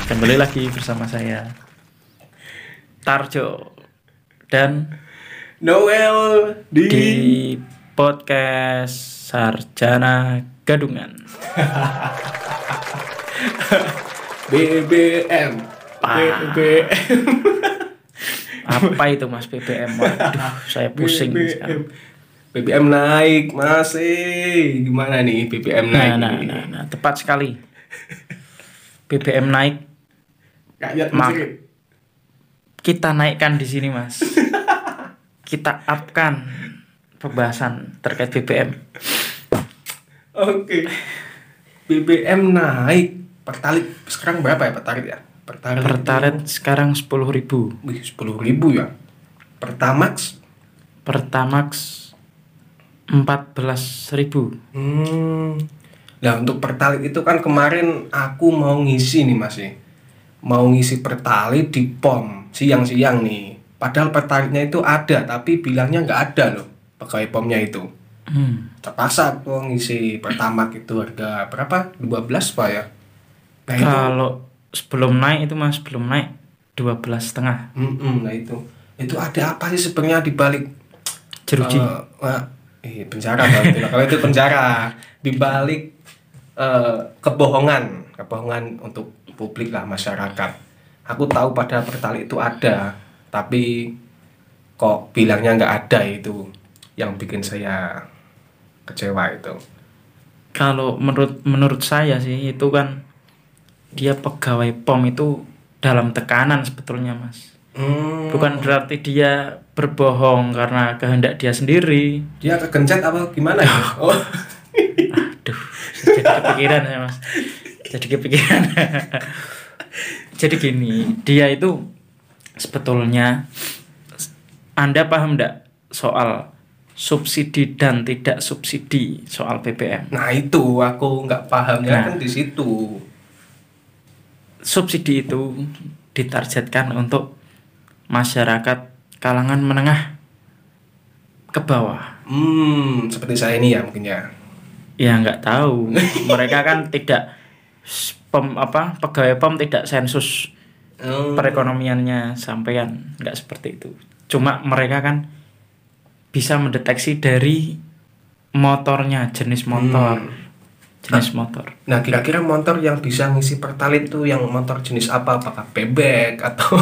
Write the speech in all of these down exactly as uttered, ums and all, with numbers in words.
Kembali lagi bersama saya Tarjo dan Noel di, di podcast Sarjana Gadungan. B B M. Ah. B B M. Apa itu Mas B B M? Waduh, saya pusing B B M. sekarang. B B M naik masih. Gimana nih B B M naik? Nah, nah, ini? nah, nah, tepat sekali. B B M naik. Rakyat Mak- miskin. Kita naikkan di sini, Mas. Kita upkan pembahasan terkait B B M. Oke. B B M naik. Pertalite sekarang berapa ya Pertalite ya? Pertalite, Pertalite sekarang sepuluh ribu. Wih, sepuluh ribu ya. Pertamax Pertamax empat belas ribu. Hmm. Nah untuk Pertalite itu kan kemarin aku mau ngisi nih Mas ya. Mau ngisi Pertalite di P O M siang-siang nih. Padahal Pertalite-nya itu ada tapi bilangnya nggak ada loh pegawai P O M-nya itu. Hmm. Terpaksa aku ngisi Pertamax itu harga berapa? dua belas Pak ya. Nah itu. Kalau sebelum naik itu Mas, sebelum naik dua belas setengah. Mm-mm, nah itu. Itu ada apa sih sebenarnya di balik Jeruji. Uh, uh, eh, penjara kalau itu, kalau itu penjara di balik uh, kebohongan, kebohongan untuk publik lah masyarakat. Aku tahu pada Pertalite itu ada, tapi kok bilangnya nggak ada, itu yang bikin saya kecewa itu. Kalau menurut menurut saya sih itu kan dia pegawai P O M itu dalam tekanan sebetulnya Mas. Hmm. Bukan berarti dia berbohong karena kehendak dia sendiri. Dia kegencet apa gimana ya? Oh. Aduh, jadi kepikiran ya Mas. Jadi kepikiran. Jadi gini, dia itu sebetulnya, Anda paham enggak soal subsidi dan tidak subsidi soal B B M? Nah itu aku nggak pahamnya Nah. kan di situ. Subsidi itu ditargetkan untuk masyarakat kalangan menengah ke bawah. Hmm, seperti saya ini ya mungkin ya. Ya nggak tahu. Mereka kan tidak pem, apa pegawai P O M tidak sensus Hmm. perekonomiannya sampean, nggak seperti itu. Cuma mereka kan bisa mendeteksi dari motornya, jenis motor. Hmm. Jenis motor. Nah, kira-kira motor yang bisa ngisi Pertalite itu yang motor jenis apa? Apakah bebek atau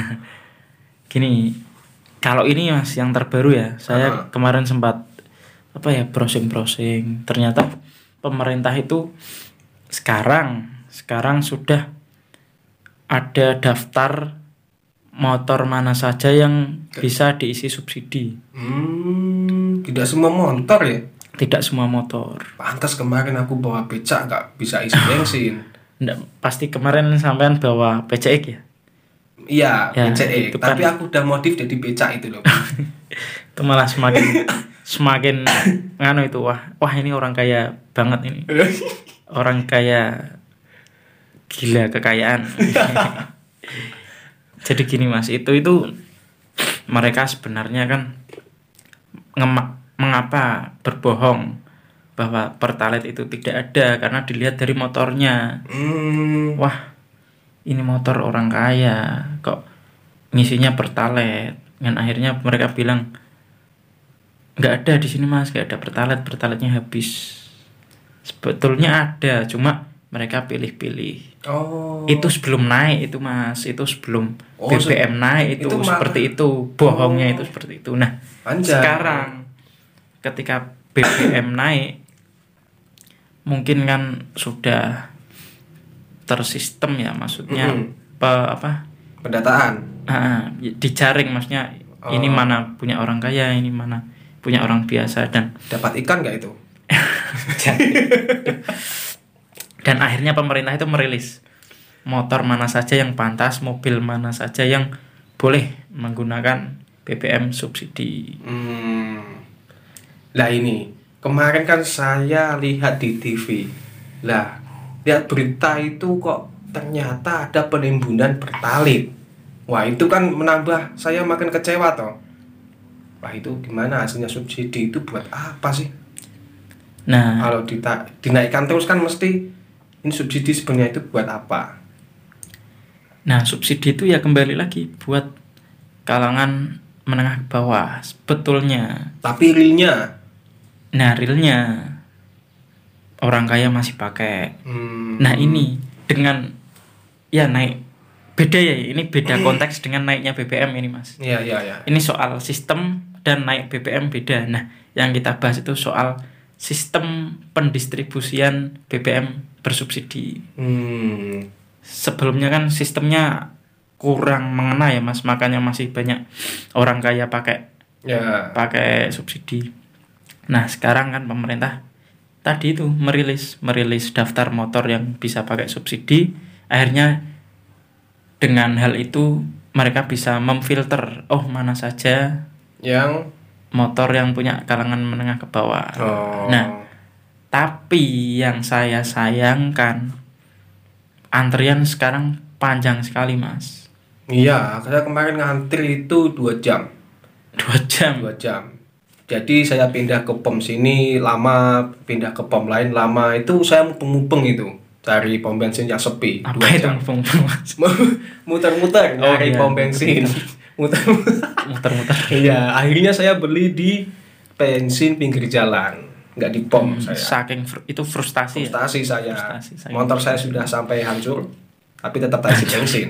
Gini, kalau ini Mas yang terbaru ya, saya Uh-huh. kemarin sempat apa ya browsing-browsing. Ternyata pemerintah itu sekarang sekarang sudah ada daftar motor mana saja yang bisa diisi subsidi. Hmm, tidak semua motor ya? Tidak semua motor. Pantas kemarin aku bawa becak nggak bisa isi bensin. Nggak, pasti kemarin sampean bawa P C X ya? Iya, Ya, B C E. itu Tapi kan. aku udah modif jadi becak itu loh. Itu malah semakin semakin nganu itu, wah wah ini orang kaya banget ini. Orang kaya gila kekayaan. Jadi gini Mas, itu itu mereka sebenarnya kan ngema- mengapa berbohong bahwa Pertalite itu tidak ada, karena dilihat dari motornya. Hmm. Wah, ini motor orang kaya kok ngisinya Pertalite. Dan akhirnya mereka bilang nggak ada di sini Mas, nggak ada Pertalite, Pertalite-nya habis. Sebetulnya ada, cuma mereka pilih-pilih. Oh. Itu sebelum naik itu Mas, itu sebelum Oh, B B M naik itu, itu malah- seperti itu, bohongnya Oh. itu seperti itu. Nah, Anjay. sekarang ketika B B M naik, mungkin kan sudah tersistem ya, maksudnya Mm-mm. pe- apa? Pendataan. Ah, dijaring, maksudnya ini Oh. mana punya orang kaya, ini mana punya orang biasa, dan Dapat ikan nggak itu? dan akhirnya pemerintah itu merilis motor mana saja yang pantas, mobil mana saja yang boleh menggunakan B B M subsidi. Hmm. Lah ini kemarin kan saya lihat di T V. Lah lihat berita itu kok ternyata ada penimbunan Pertalite. Wah itu kan menambah saya makin kecewa toh. Wah itu gimana hasilnya subsidi itu buat apa sih? Nah, Kalau dita- dinaikkan terus kan mesti ini subsidi sebenarnya itu buat apa? Nah, subsidi itu ya kembali lagi buat kalangan menengah ke bawah sebetulnya. Tapi realnya, Nah, realnya orang kaya masih pakai. hmm, Nah, ini dengan ya naik beda ya, ini beda konteks dengan naiknya B B M ini, Mas. ya ya ya. Ini soal sistem dan naik B B M beda. Nah, yang kita bahas itu soal sistem pendistribusian B B M bersubsidi. Hmm, Sebelumnya kan sistemnya kurang mengena ya, Mas, makanya masih banyak orang kaya pakai ya. pakai subsidi. Nah, sekarang kan pemerintah tadi itu merilis merilis daftar motor yang bisa pakai subsidi. Akhirnya dengan hal itu mereka bisa memfilter oh mana saja Yang motor yang punya kalangan menengah ke bawah. oh. Nah, tapi yang saya sayangkan antrian sekarang panjang sekali, Mas. Iya, saya kemarin ngantri itu dua jam. Dua jam. Dua jam. Jadi saya pindah ke pom sini lama, pindah ke pom lain lama. Itu saya mupeng-mupeng itu cari pom bensin yang sepi. Apa dua itu jam. mumpung-mumpung, Mas? Muter-muter Oh, cari iya, pom bensin. Muter. Muter-muter. Iya, akhirnya saya beli di bensin pinggir jalan, nggak di pom Hmm, saya. saking fr- itu frustasi ya. Frustasi saya. Frustasi saya. Motor saya sudah sampai hancur, tapi tetap tak isi bensin.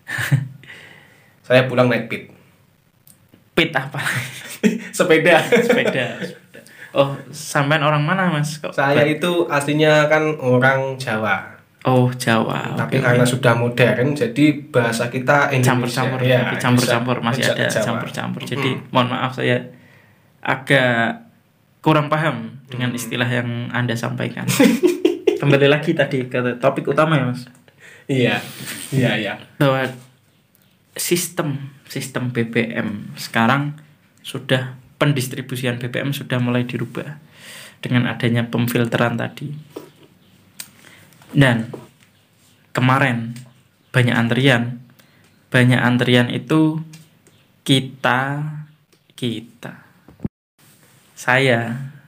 Saya pulang naik pit. Pit apa? Sepeda. Sepeda. Sepeda. Oh, sampean orang mana, Mas? Kok Saya itu aslinya kan orang Jawa. Oh, Jawa. Tapi Oke, karena oke. sudah modern, jadi bahasa kita Indonesia. Campur-campur, Ya, tapi campur-campur bisa- masih bisa ada Jawa. campur-campur. Jadi, Mm. mohon maaf saya agak kurang paham dengan Hmm. istilah yang Anda sampaikan. Kembali lagi tadi ke topik utama ya, Mas. Iya, iya, iya. Bahwa sistem sistem B B M sekarang sudah pendistribusian B B M sudah mulai dirubah dengan adanya pemfilteran tadi. Dan kemarin banyak antrian. Banyak antrian itu kita kita saya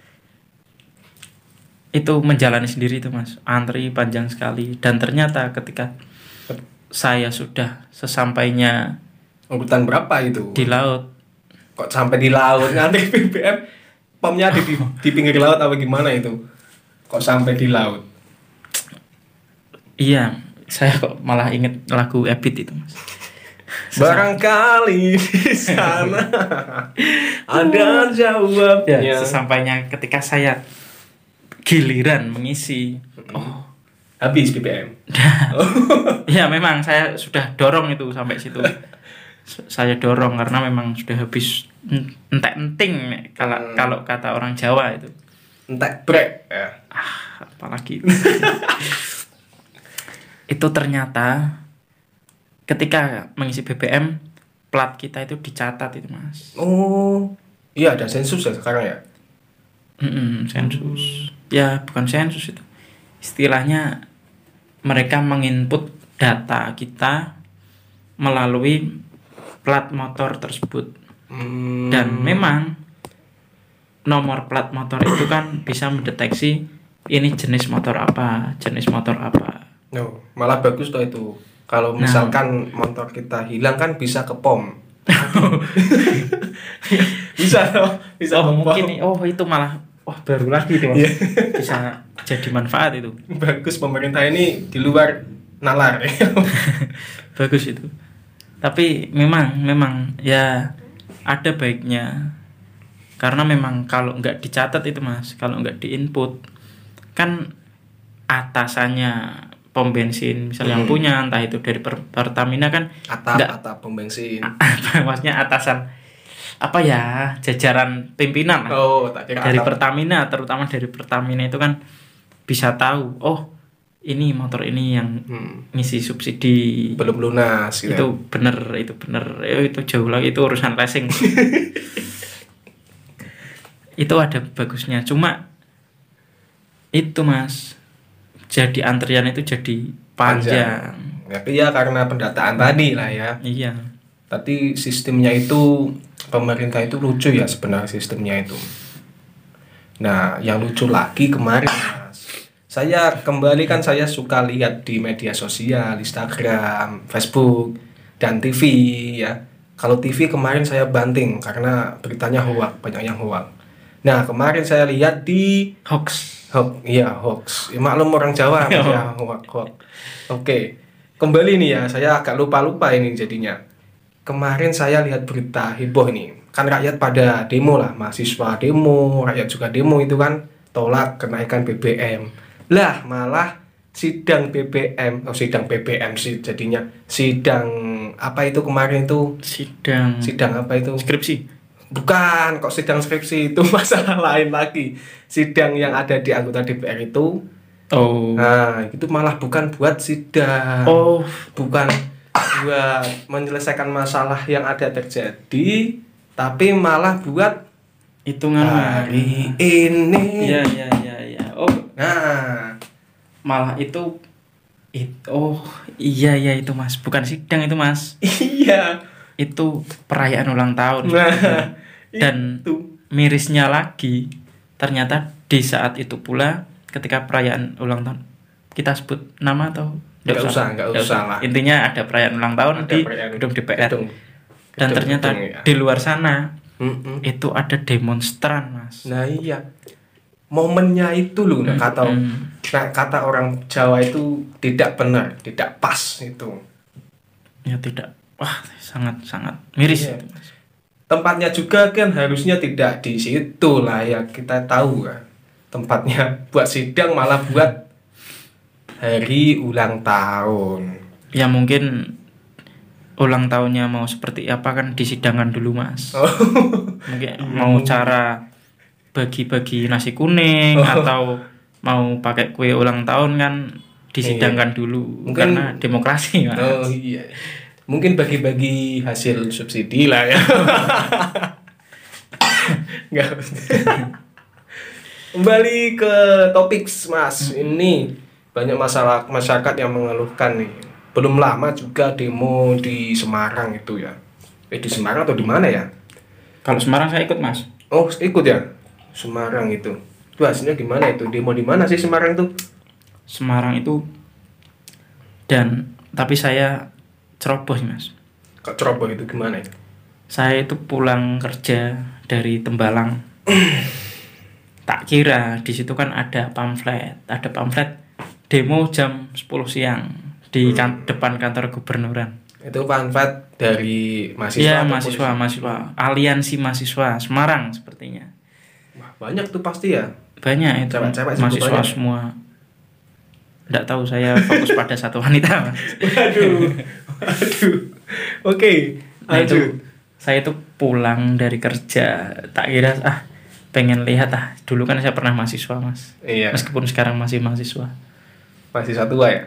itu menjalani sendiri itu, Mas. Antri panjang sekali dan ternyata ketika saya sudah sesampainya Urutan berapa itu? di laut, Kok sampai di laut ngantri B B M? Pomnya di, di di pinggir laut apa gimana itu? Kok sampai di laut? iya, saya kok malah inget lagu Ebit itu, Mas. Barangkali di sana ada jawabnya. Ya, sesampainya ketika saya giliran mengisi, oh, Habis B B M. ya memang saya sudah dorong itu sampai situ. S- Saya dorong karena memang sudah habis en- entek-enting kalau Hmm. kalau kata orang Jawa itu. Entek brek. Ya. Ah, apalagi itu. Itu ternyata ketika mengisi B B M plat kita itu dicatat itu, Mas. Oh, iya ada sensus ya sekarang ya. Mm-mm, sensus. Ya, bukan sensus itu. Istilahnya mereka menginput data kita melalui plat motor tersebut. Hmm. Dan memang nomor plat motor itu kan bisa mendeteksi ini jenis motor apa, jenis motor apa. No, malah bagus tuh itu. Kalau Nah. misalkan motor kita hilang kan bisa ke pom. Bisa loh, bisa Oh, ke pom. mungkin oh itu malah wah baru lagi tuh. Iya. Bisa jadi manfaat itu. Bagus pemerintah ini di luar nalar. Bagus itu. Tapi memang memang ya ada baiknya. Karena memang kalau nggak dicatat itu, Mas, kalau nggak diinput kan atasannya pom bensin misal yang Hmm. punya entah itu dari Per- Pertamina kan Atap, nggak atap pom bensin. maksudnya atasan apa ya jajaran pimpinan lah. Oh, tak kira Dari atap. Pertamina, terutama dari Pertamina itu kan bisa tahu oh ini motor ini yang Hmm, ngisi subsidi belum lunas gitu. itu bener itu bener eh, itu jauh lagi itu urusan leasing. Itu ada bagusnya cuma itu, Mas, jadi antrian itu jadi panjang. Tapi ya karena pendataan tadi lah ya. Iya. Tadi sistemnya itu pemerintah itu lucu ya sebenarnya sistemnya itu. Nah, yang lucu lagi kemarin, Mas. Saya kembali kan saya suka lihat di media sosial, Instagram, Facebook, dan T V ya. Kalau T V kemarin saya banting karena beritanya hoax, banyak yang hoax. Nah kemarin saya lihat di Hoax. hoax, iya hoax. Ya, maklum orang Jawa ya hoax, hoax. Oke, kembali nih ya, saya agak lupa-lupa ini jadinya. Kemarin saya lihat berita heboh ini, kan rakyat pada demo lah, mahasiswa demo, rakyat juga demo itu kan, tolak kenaikan B B M. Lah malah sidang B B M, oh sidang B B M sih jadinya, sidang apa itu kemarin itu? Sidang. Sidang apa itu? Skripsi. Bukan, kok sidang skripsi itu masalah lain lagi. Sidang yang ada di anggota D P R itu, Oh. nah itu malah bukan buat sidang, Oh. bukan buat menyelesaikan masalah yang ada terjadi, tapi malah buat Hitungan hari ini. Iya iya iya iya. Oh, Nah, malah itu it, oh iya iya itu Mas, bukan sidang itu Mas. iya. Itu perayaan ulang tahun. Nah, Dan itu. mirisnya lagi, ternyata di saat itu pula ketika perayaan ulang tahun kita sebut nama atau Nggak usah, nggak usah lah. Intinya ada perayaan ulang tahun Ada di perayaan gedung D P R. gedung. Dan Gedung- ternyata gedung, ya. di luar sana Mm-mm. itu ada demonstran Mas. Nah iya, momennya itu loh, nah, kata Mm. nah, kata orang Jawa itu tidak benar, tidak pas itu. Ya tidak, wah sangat sangat miris Iya. itu Mas. Tempatnya juga kan harusnya tidak di situ lah ya, kita tahu kan. Tempatnya buat sidang malah buat hari ulang tahun. Ya mungkin ulang tahunnya mau seperti apa kan disidangkan dulu Mas. Oh. Mungkin mau cara bagi-bagi nasi kuning Oh. atau mau pakai kue ulang tahun kan disidangkan dulu. Mungkin- Karena demokrasi Mas. Oh iya. Mungkin bagi-bagi hasil subsidi lah ya. Enggak. Kembali ke topik Mas. Ini banyak masalah masyarakat yang mengeluhkan nih. Belum lama juga demo di Semarang itu ya. Eh di Semarang atau di mana ya? Kalau Semarang saya ikut Mas. Oh, ikut ya? Semarang itu. Itu hasilnya gimana itu? Demo di mana sih Semarang tuh? Semarang itu dan tapi saya ceroboh sih, Mas. Kok ceroboh itu gimana itu? Saya itu pulang kerja dari Tembalang. Tak kira di situ kan ada pamflet, ada pamflet demo jam sepuluh siang di kan, depan kantor gubernuran. Itu pamflet dari mahasiswa. Iya, atau mahasiswa, polisi? mahasiswa, aliansi mahasiswa Semarang sepertinya. Wah, banyak tuh pasti ya. Banyak itu Cewek-cewek juga mahasiswa banyak. semua. Nggak tahu, saya fokus pada satu wanita, Mas. Waduh. Waduh. Oke. Nah, itu Lanjut. saya itu pulang dari kerja, tak kira ah pengen lihat ah dulu kan saya pernah mahasiswa Mas. Iya. Meskipun sekarang masih mahasiswa. Masih satu ya.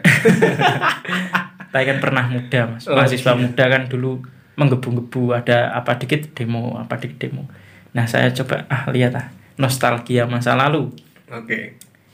Saya kan pernah muda Mas. Oh, Mahasiswa iya. muda kan dulu menggebu-gebu, ada apa dikit demo, apa dikit demo. Nah, saya coba ah lihat ah nostalgia masa lalu. Oke.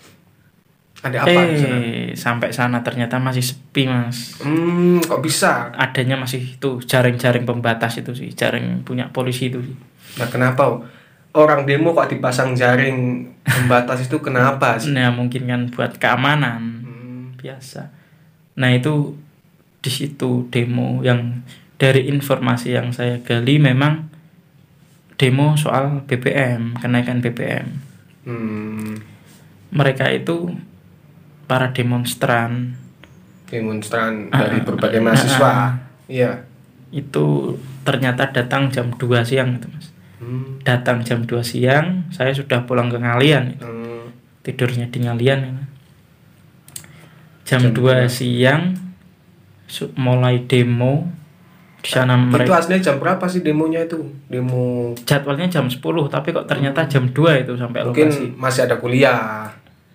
Ada apa di sana? eh sampai sana ternyata masih sepi Mas. Hmm, kok bisa? Adanya masih itu jaring-jaring pembatas itu sih, jaring punya polisi itu sih. Nah, kenapa orang demo kok dipasang jaring pembatas itu kenapa sih? Nah, mungkin kan buat keamanan. Hmm. Biasa. Nah itu di situ demo yang dari informasi yang saya gali memang demo soal B B M, kenaikan B B M. Hmm. Mereka itu para demonstran Demonstran Ah, dari ah, berbagai ah, mahasiswa. ah. Iya. itu ternyata datang jam dua siang itu Mas. Hmm. Datang jam dua siang, saya sudah pulang ke Ngalian. Hmm. Tidurnya di Ngalian. Ya. Jam, Jam dua dua. siang su- mulai demo di sana Itu mereka. aslinya jam berapa sih demonya itu? Demo Jadwalnya jam sepuluh tapi kok ternyata jam dua itu sampai mungkin lokasi. masih ada kuliah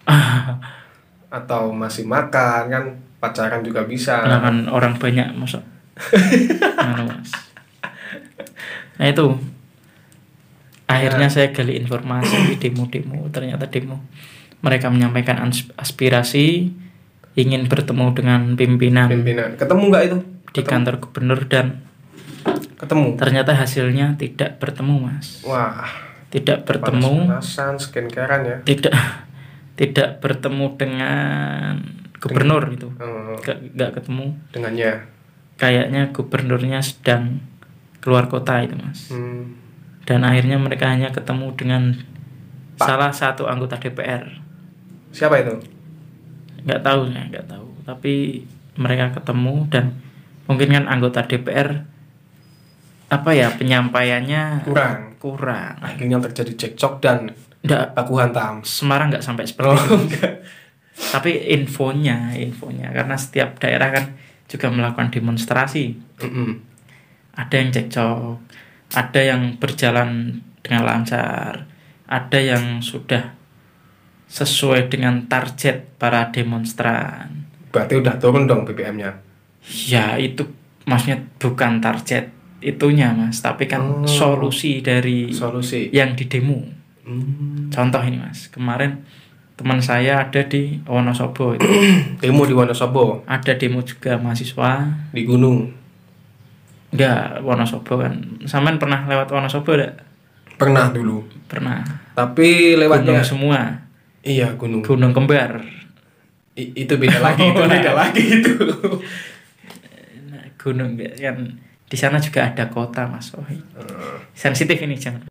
atau masih makan kan, pacaran juga bisa. Lah kan orang banyak masa. Anu, Mas. Nah itu akhirnya saya gali informasi demo-demo, ternyata demo mereka menyampaikan ans- aspirasi ingin bertemu dengan pimpinan Pimpinan. Ketemu nggak itu? di Ketemu. kantor gubernur dan Ketemu. ternyata hasilnya tidak bertemu Mas. Wah, Tidak bertemu, panas-panasan, skin carean ya. tidak tidak bertemu dengan gubernur itu. Oh, Nggak nggak ketemu. dengannya. Kayaknya gubernurnya sedang keluar kota itu mas. Hmm. Dan akhirnya mereka hanya ketemu dengan Pak. salah satu anggota D P R. Siapa itu? Nggak tahu ya, nggak tahu. Tapi mereka ketemu dan mungkin kan anggota D P R apa ya penyampaiannya Kurang. kurang. Akhirnya terjadi cekcok dan Nggak, baku hantam. Semarang nggak sampai seperti Oh, itu. enggak. Tapi infonya, infonya karena setiap daerah kan juga melakukan demonstrasi. Mm-mm. Ada yang cekcok, ada yang berjalan dengan lancar, ada yang sudah sesuai dengan target para demonstran. Berarti udah turun dong B B M-nya. Ya itu maksudnya bukan target itunya mas, tapi kan Oh. solusi dari Solusi. yang di demo. Hmm. Contoh ini mas, kemarin teman saya ada di Wonosobo itu. Demo di Wonosobo, Ada demo juga mahasiswa. di gunung. Enggak, Wonosobo kan. Sampean pernah lewat Wonosobo enggak? Pernah dulu. Pernah. Tapi lewatnya Gunung semua. iya gunung. Gunung kembar. I- itu beda lagi, itu beda lagi itu. Nah, gunung kan di sana juga ada kota mas. Oh, sensitif ini jangan.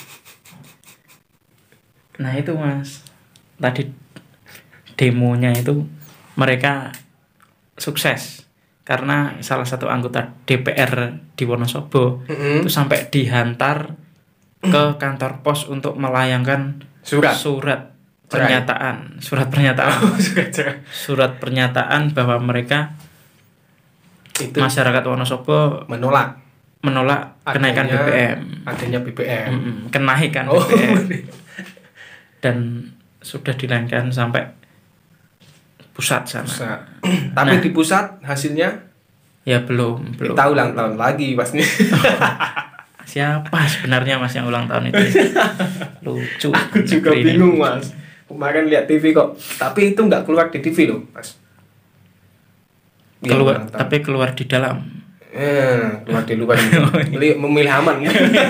Nah itu mas, tadi demonya itu mereka sukses karena salah satu anggota D P R di Wonosobo Mm-mm. itu sampai dihantar ke kantor pos untuk melayangkan Surat. surat Cerai. pernyataan, surat pernyataan, Surat cerai. surat pernyataan bahwa mereka Itu masyarakat Wonosobo menolak menolak kenaikan B B M, adanya B B M. Mm-mm, kenaikan Oh. B B M dan sudah dilayangkan sampai pusat sana. Pusat. Tapi Nah. di pusat hasilnya Ya belum, belum. kita ulang tahun lagi pasnya. Siapa sebenarnya mas yang ulang tahun itu? Lucu. Aku juga negeri ini. bingung mas. Kemarin lihat T V kok. Tapi itu nggak keluar di T V loh mas. Iya, Keluar, ulang tahun. tapi keluar di dalam. Eh, keluar di luar. Oh, Milih- Memilih aman.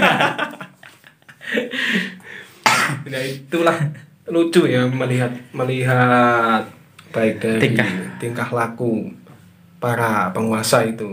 Nah itulah lucu ya melihat melihat baik dari Tingkah. tingkah laku para penguasa itu.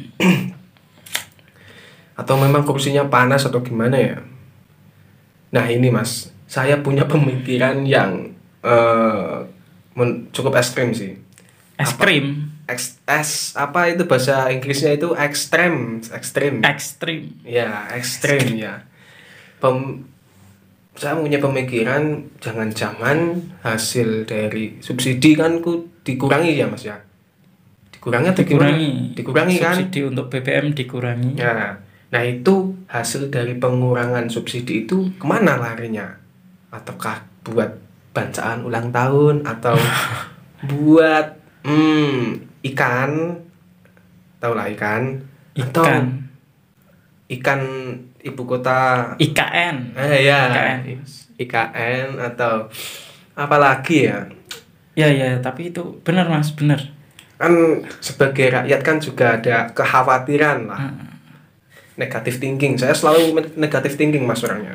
Atau memang kursinya panas atau gimana ya? Nah ini mas, saya punya pemikiran yang eh, men- cukup ekstrim sih. Es Apa? krim, Ex, es apa itu bahasa Inggrisnya itu ekstrem, ekstrim. ekstrim. Ya, ekstrim ya. Pem, saya punya pemikiran jangan-jangan hasil dari subsidi kan ku dikurangi ya mas ya. Dikurangi atau gimana? Dikurangi. Dikurangi kan? Subsidi untuk B B M dikurangi. Ya. Nah itu hasil dari pengurangan subsidi itu kemana larinya? Ataukah buat bacaan ulang tahun atau buat hmm, ikan? Tahu lah ikan? Atau Ikan, ikan ibu kota I K N. eh ya I K N. I K N atau apa lagi ya? Ya ya, tapi itu benar mas, benar. Kan sebagai rakyat kan juga ada kekhawatiran lah. Hmm. Negatif thinking. Saya selalu men- negatif thinking mas orangnya.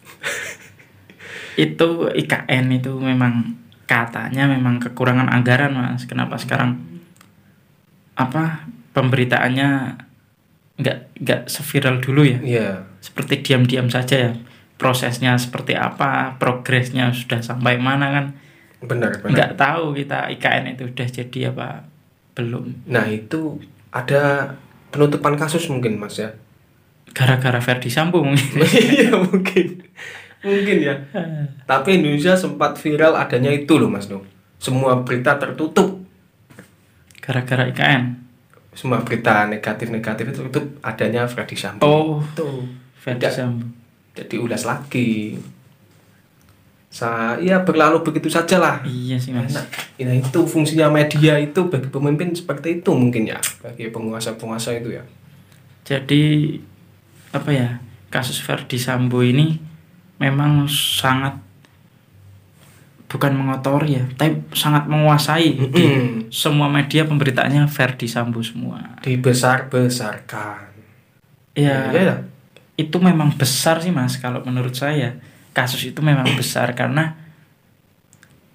Itu I K N itu memang katanya memang kekurangan anggaran mas. Kenapa sekarang apa pemberitaannya nggak nggak seviral dulu ya? Iya. Seperti diam-diam saja ya. Prosesnya seperti apa, progresnya sudah sampai mana kan? Benar, benar. Nggak tahu kita I K N itu udah jadi apa belum. Nah itu ada penutupan kasus mungkin mas ya. Gara-gara Verdi Sambo mungkin. Iya mungkin, mungkin ya. Tapi Indonesia sempat viral adanya itu loh mas loh. Semua berita tertutup, Gara-gara I K N. semua berita negatif-negatif itu tertutup adanya Freddy Sambo. Oh, Tuh, Verdi tidak Sambo. jadi ulas lagi. Sa, ya berlalu begitu saja lah. Iya sih mas. Nah, nah, itu fungsinya media itu bagi pemimpin seperti itu mungkin ya, bagi penguasa-penguasa itu ya. Jadi apa ya, kasus Verdi Sambo ini memang sangat bukan mengotori ya, tapi sangat menguasai di Mm-mm. semua media pemberitaannya Verdi Sambo semua. Dibesar-besarkan. Ya, Iya ya. itu memang besar sih mas kalau menurut saya. Kasus itu memang besar karena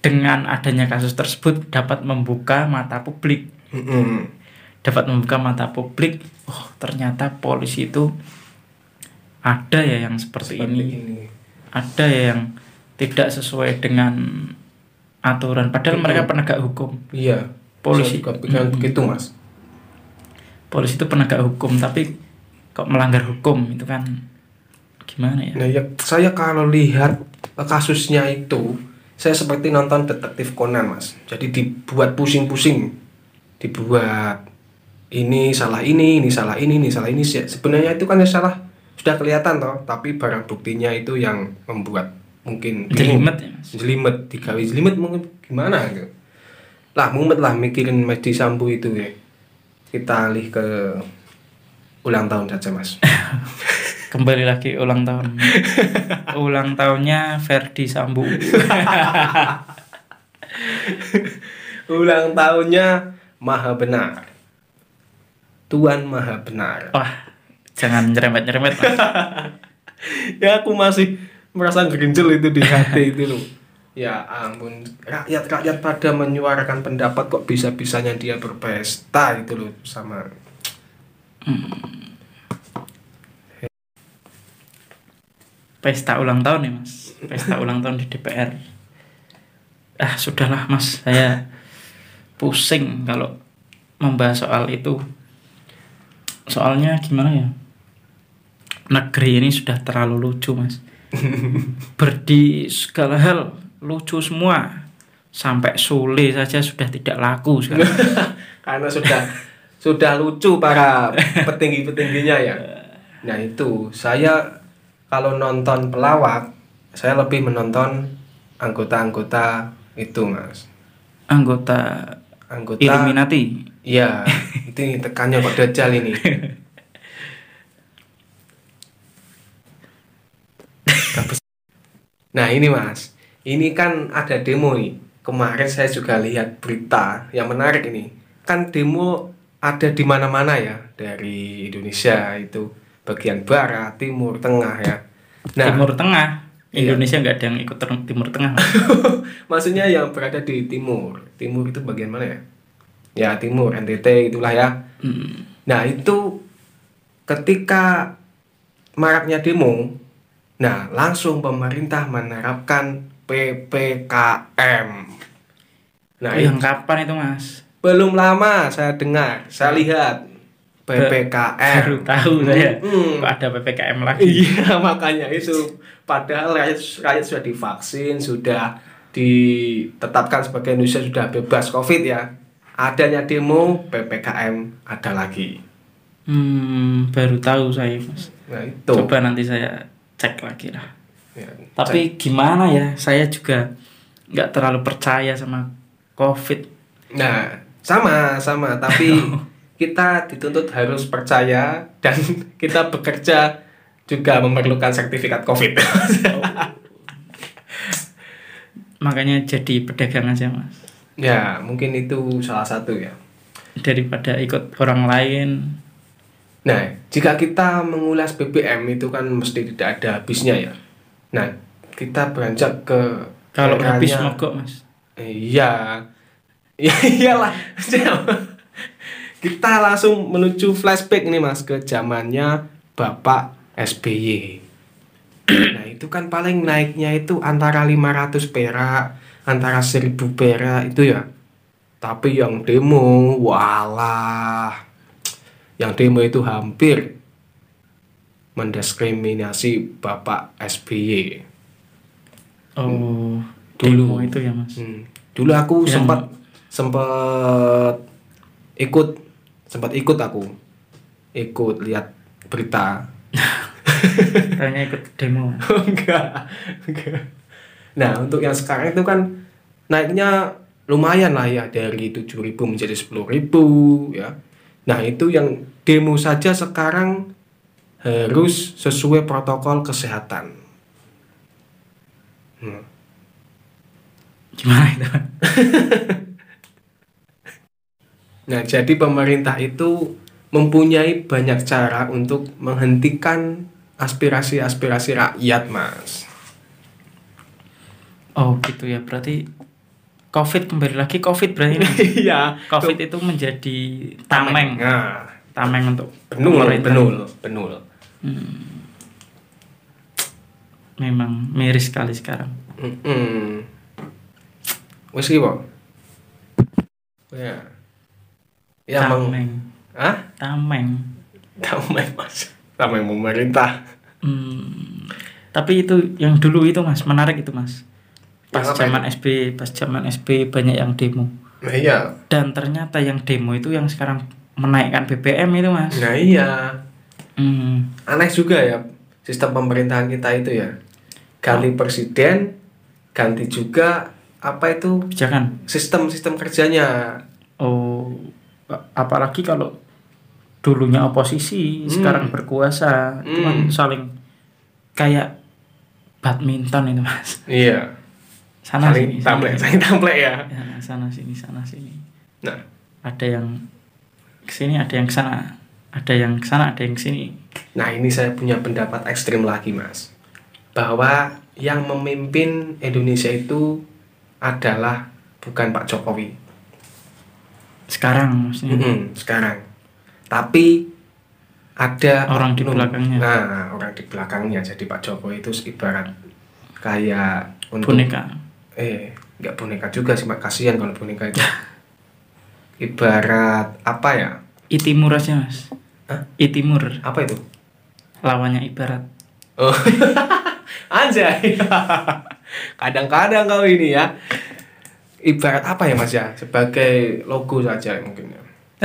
dengan adanya kasus tersebut dapat membuka mata publik. Mm-mm. Dapat membuka mata publik, oh ternyata polisi itu ada ya yang seperti, Seperti ini. ini. Ada ya yang tidak sesuai dengan aturan, padahal Mm-mm. mereka penegak hukum. Iya. Polisi Saya juga pikiran Mm-mm. begitu, Mas. Polisi itu penegak hukum, tapi kok melanggar hukum, itu kan gimana ya? Nah, ya saya kalau lihat kasusnya itu, saya seperti nonton detektif Conan, Mas. Jadi dibuat pusing-pusing, dibuat ini salah ini, ini salah ini, ini salah ini. Sebenarnya itu kan yang salah sudah kelihatan toh, tapi barang buktinya itu yang membuat mungkin Jelimet ya, Mas. jelimet, digawe jelimet mungkin gimana gitu. Lah mumet lah mikirin Medi Sambu itu ya. Kita alih ke ulang tahun saja, Mas. Kembali lagi ulang tahun. Ulang tahunnya Ferdi Sambo. Ulang tahunnya Maha Benar. Tuhan Maha Benar. Wah, jangan nyerempet-nyerempet, Mas. Ya aku masih merasa gerinjel itu di hati itu loh. Ya ampun, rakyat-rakyat pada menyuarakan pendapat kok bisa-bisanya dia berpesta itu loh sama. Pesta ulang tahun ya, Mas. Pesta ulang tahun di D P R. Ah, sudahlah, Mas. Saya pusing kalau membahas soal itu. Soalnya gimana ya? Negeri ini sudah terlalu lucu, Mas. Berdi segala hal lucu semua. Sampai Sule saja sudah tidak laku sekarang. Karena sudah sudah lucu para petinggi-petingginya ya. Nah itu saya kalau nonton pelawak, saya lebih menonton anggota-anggota itu, Mas. Anggota Anggota Illuminati. Iya, itu nih tekannya kok Dajjal ini. Nah ini Mas, ini kan ada demo nih. Kemarin saya juga lihat berita yang menarik ini. Kan demo ada di mana-mana ya, dari Indonesia itu bagian barat, timur, tengah ya. Nah, Timur Tengah. Iya. Indonesia nggak ada yang ikut ter- Timur Tengah, Mas. maksudnya yang berada di timur. Timur itu bagian mana ya? Ya timur, N T T itulah ya. Hmm. Nah itu ketika maraknya demo, nah langsung pemerintah menerapkan P P K M. Nah Oh, yang itu kapan itu, Mas? belum lama saya dengar, saya lihat P P K M. Baru tahu saya. Hmm. Kok ada P P K M lagi? Iya makanya itu. Padahal rakyat, rakyat sudah divaksin, sudah ditetapkan sebagai Indonesia sudah bebas COVID ya. Adanya demo P P K M ada lagi. Hmm, baru tahu saya, Mas. Nah itu. Coba nanti saya cek lagi lah. Ya, Tapi gimana ya? Saya juga nggak terlalu percaya sama COVID. Nah, sama sama, tapi kita dituntut harus percaya dan kita bekerja juga memerlukan sertifikat COVID. Makanya jadi pedagang aja, Mas. Ya, mungkin itu salah satu ya. Daripada ikut orang lain. Nah, jika kita mengulas B B M itu kan mesti tidak ada habisnya ya. Nah, kita beranjak ke Kalau eranya- habis mogok, Mas. Iya. Ya iyalah. Kita langsung menuju flashback nih Mas ke zamannya Bapak S B Y. Nah, itu kan paling naiknya itu antara lima ratus perak, antara seribu perak itu ya. Tapi yang demo, walah. Yang demo itu hampir mendiskriminasi Bapak S B Y. Oh, Dulu. demo itu ya, Mas. Hmm. Dulu aku Yang- sempat sempat ikut sempat ikut aku ikut lihat berita. Tanya ikut demo. enggak, enggak. Nah, untuk yang sekarang itu kan naiknya lumayan lah ya, dari tujuh ribu menjadi sepuluh ribu ya. Nah, itu yang demo saja sekarang harus sesuai protokol kesehatan. Hmm. Gimana itu? Nah, jadi pemerintah itu mempunyai banyak cara untuk menghentikan aspirasi-aspirasi rakyat, Mas. Oh, gitu ya. Berarti Covid kembali lagi Covid berarti ini. Iya. Covid itu menjadi tameng, Nah, tameng untuk benul, pemerintah. benul, benul. Hmm. Memang miris sekali sekarang. Hmm. Wes ki, Pak. Ya. Ya meng. Tameng, Hah? tameng. Tameng, Mas. Tameng pemerintah. Hmm. Tapi itu yang dulu itu Mas, menarik itu Mas. Pas Yang apa zaman itu? S B, pas zaman S B banyak yang demo. Nah, iya. Dan ternyata yang demo itu yang sekarang menaikkan B B M itu Mas. Nah, iya. Hmm. Aneh juga ya sistem pemerintahan kita itu ya. Ganti presiden, ganti juga apa itu Jangan. sistem-sistem kerjanya. Oh, apalagi kalau dulunya oposisi, Hmm. sekarang berkuasa, itu kan Hmm. saling kayak badminton itu Mas. Iya. Sana Saling sini, tamplek, sana, saling tamplek ya. ya, sana sini, sana sini. Nah, Ada yang kesini, ada yang kesana, ada yang kesana, ada yang kesini. nah ini saya punya pendapat ekstrim lagi, Mas. Bahwa yang memimpin Indonesia itu adalah bukan Pak Jokowi. Sekarang maksudnya. Mm-mm, sekarang. Tapi ada Orang di oknum. belakangnya. Nah, orang di belakangnya. Jadi Pak Jokowi itu ibarat kayak untuk Boneka. eh nggak boneka juga sih, Mak. Kasihan kalau boneka itu. Ibarat apa ya? Itimur aja Mas. Hah? Itimur. Apa itu? Lawannya ibarat. Oh. Anjay. Kadang-kadang kau ini ya. Ibarat apa ya Mas ya? Sebagai logo saja mungkin ya.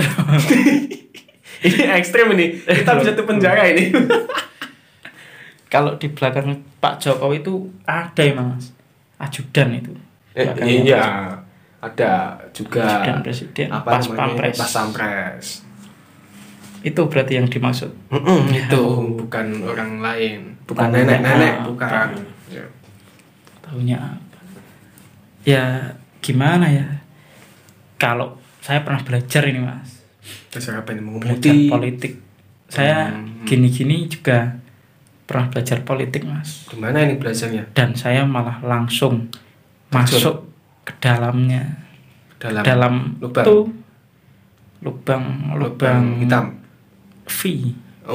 Ini ekstrim ini. Kita bisa tuh penjara ini. Kalau di belakang Pak Jokowi itu ada ya Mas. Ajudan itu. Eh, Belakangnya. iya. Ada juga Ajudan presiden. apa Pas namanya? pampres. Pas pampres. Itu berarti yang dimaksud. Mm-mm, itu bukan orang lain, bukan Taunya nenek-nenek, apa? bukan. Ya. Tahunya apa? Ya gimana ya? Kalau saya pernah belajar ini Mas. Belajar apa ini? Belajar Mengemudi. politik. Saya Hmm. gini-gini juga pernah belajar politik Mas. Gimana ini belajarnya? Dan saya malah langsung masuk ke dalamnya. Dalam, Dalam lubang. tuh lubang lubang hitam. V. Oh.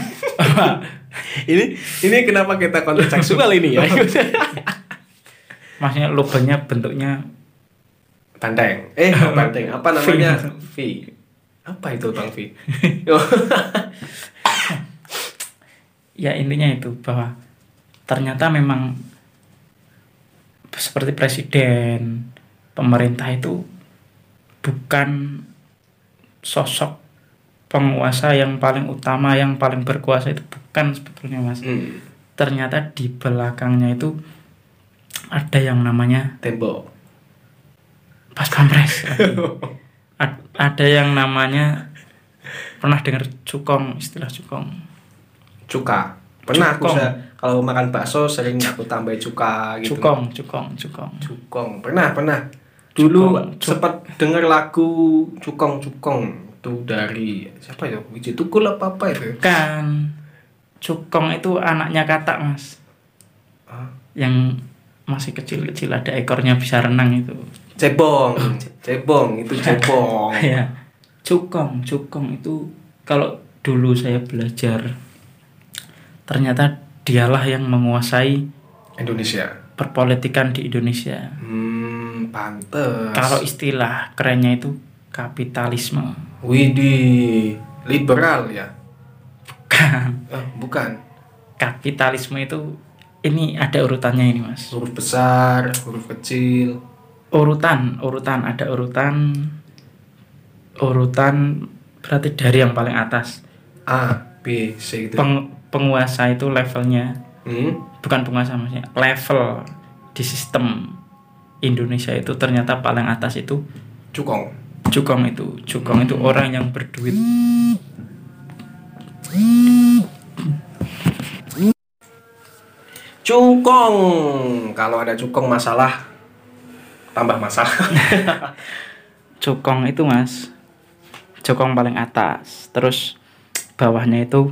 ini ini kenapa kita konten seksual ini ya? Maksudnya lubangnya bentuknya Banteng. Eh, banteng. Apa namanya? V. Apa itu Bang V? ya intinya itu bahwa ternyata memang seperti presiden, pemerintah itu bukan sosok penguasa yang paling utama, yang paling berkuasa, itu bukan sebetulnya Mas. Hmm. Ternyata di belakangnya itu ada yang namanya Tembok. pas pampres. Ad- ada yang namanya, pernah dengar cukong, istilah cukong? Cuka. Pernah aku Cukong. saya, kalau makan bakso sering aku tambah cuka gitu. Cukong, cukong, cukong. Cukong. Pernah, pernah. Dulu Cukong, cuk- sempat dengar lagu Cukong Cukong itu dari siapa ya? Wiji Tukul apa apa itu? Kan cukong itu anaknya katak Mas, Ah, yang masih kecil-kecil, ada ekornya, bisa renang itu. cebong. Cebong itu cebong. Ya, cukong, cukong itu kalau dulu saya belajar, ternyata dialah yang menguasai Indonesia. perpolitikan di Indonesia. Hmm, pantes. Kalau istilah kerennya itu kapitalisme. Widih, liberal ya? Kan Eh, bukan. kapitalisme itu, ini ada urutannya ini Mas. Huruf besar, huruf kecil. Urutan, urutan ada urutan, urutan berarti dari yang paling atas. A, B, C gitu. Peng- penguasa itu levelnya, Hmm? bukan penguasa maksudnya, level di sistem Indonesia itu ternyata paling atas itu Cukong. cukong itu. Cukong itu orang yang berduit. Cukong. Kalau ada cukong masalah, tambah masalah. Cukong itu Mas, cukong paling atas. Terus bawahnya itu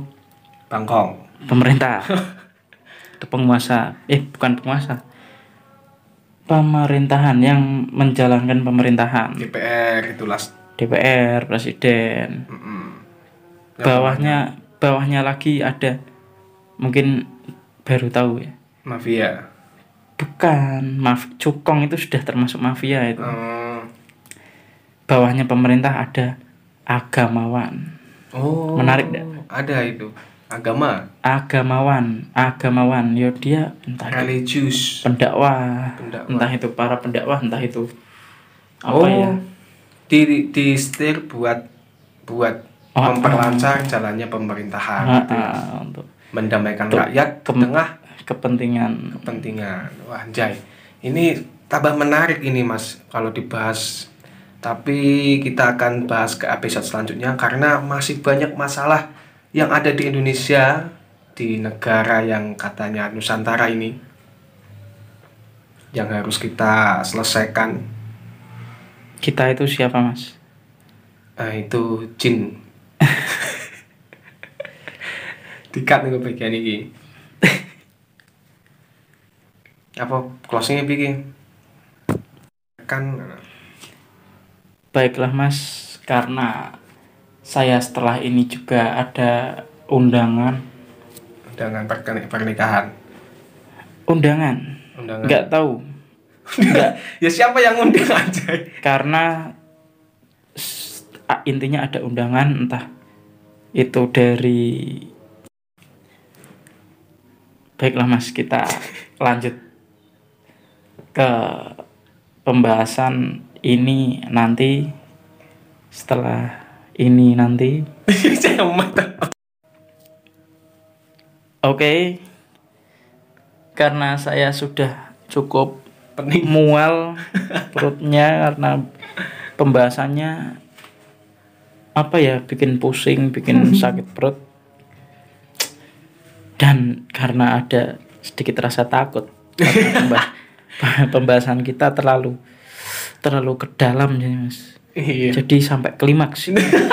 Bangkong. pemerintah. Itu penguasa, eh bukan penguasa, pemerintahan yang menjalankan pemerintahan. D P R itulah. D P R, presiden. Mm-mm. Bawahnya bawahnya lagi ada, mungkin baru tahu ya. Mafia. Bukan, maf cukong itu sudah termasuk mafia itu. Hmm. Bawahnya pemerintah ada agamawan. Oh. Menarik enggak? Ada itu. Agama. Agamawan, agamawan. Yo dia entah itu Religius. pendakwah, Pendakwah. entah itu para pendakwah, entah itu apa Oh. ya. Di di setir buat buat Oh, memperlancar jalannya pemerintahan Ah, gitu ya. ah, untuk Mendamaikan Untuk rakyat di kem- tengah kepentingan. kepentingan. Wah, Jai. Ini tambah menarik ini, Mas, kalau dibahas. Tapi kita akan bahas ke episode selanjutnya karena masih banyak masalah yang ada di Indonesia, di negara yang katanya Nusantara ini, yang harus kita selesaikan. Kita itu siapa, Mas? Nah, itu jin. Dikat nih bagian ini. Apa closingnya bikin? Kan Baiklah, Mas, karena saya setelah ini juga ada undangan. undangan perken- pernikahan. Undangan. Undangan. Nggak tahu. Ya siapa yang undang aja? Karena s- a- intinya ada undangan, entah itu dari. Baiklah, Mas, kita lanjut ke pembahasan ini nanti, setelah ini nanti. Saya mata. Oke, karena saya sudah cukup Pening. mual perutnya karena pembahasannya apa ya, bikin pusing, bikin sakit perut, dan karena ada sedikit rasa takut karena pemba- pembahasan kita terlalu terlalu ke dalam jadi, Mas. Iya. Jadi sampai klimaks.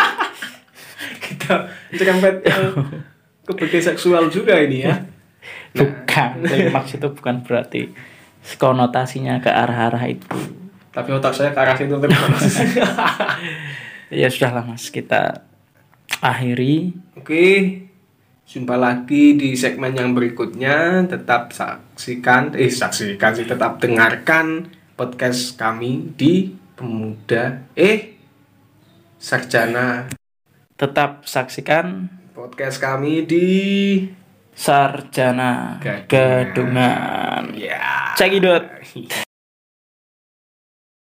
Kita cerempet ke bagian seksual juga ini ya. Bukan, klimaks itu bukan berarti konotasinya ke arah-arah itu. Tapi otak saya ke arah situ terus. Ya sudahlah, Mas, kita akhiri. Oke. Jumpa lagi di segmen yang berikutnya. Tetap saksikan, eh saksikan sih, tetap dengarkan podcast kami di Pemuda eh Sarjana. Tetap saksikan Podcast kami di Sarjana Gadungan. Gadungan. Ya. Cekidot.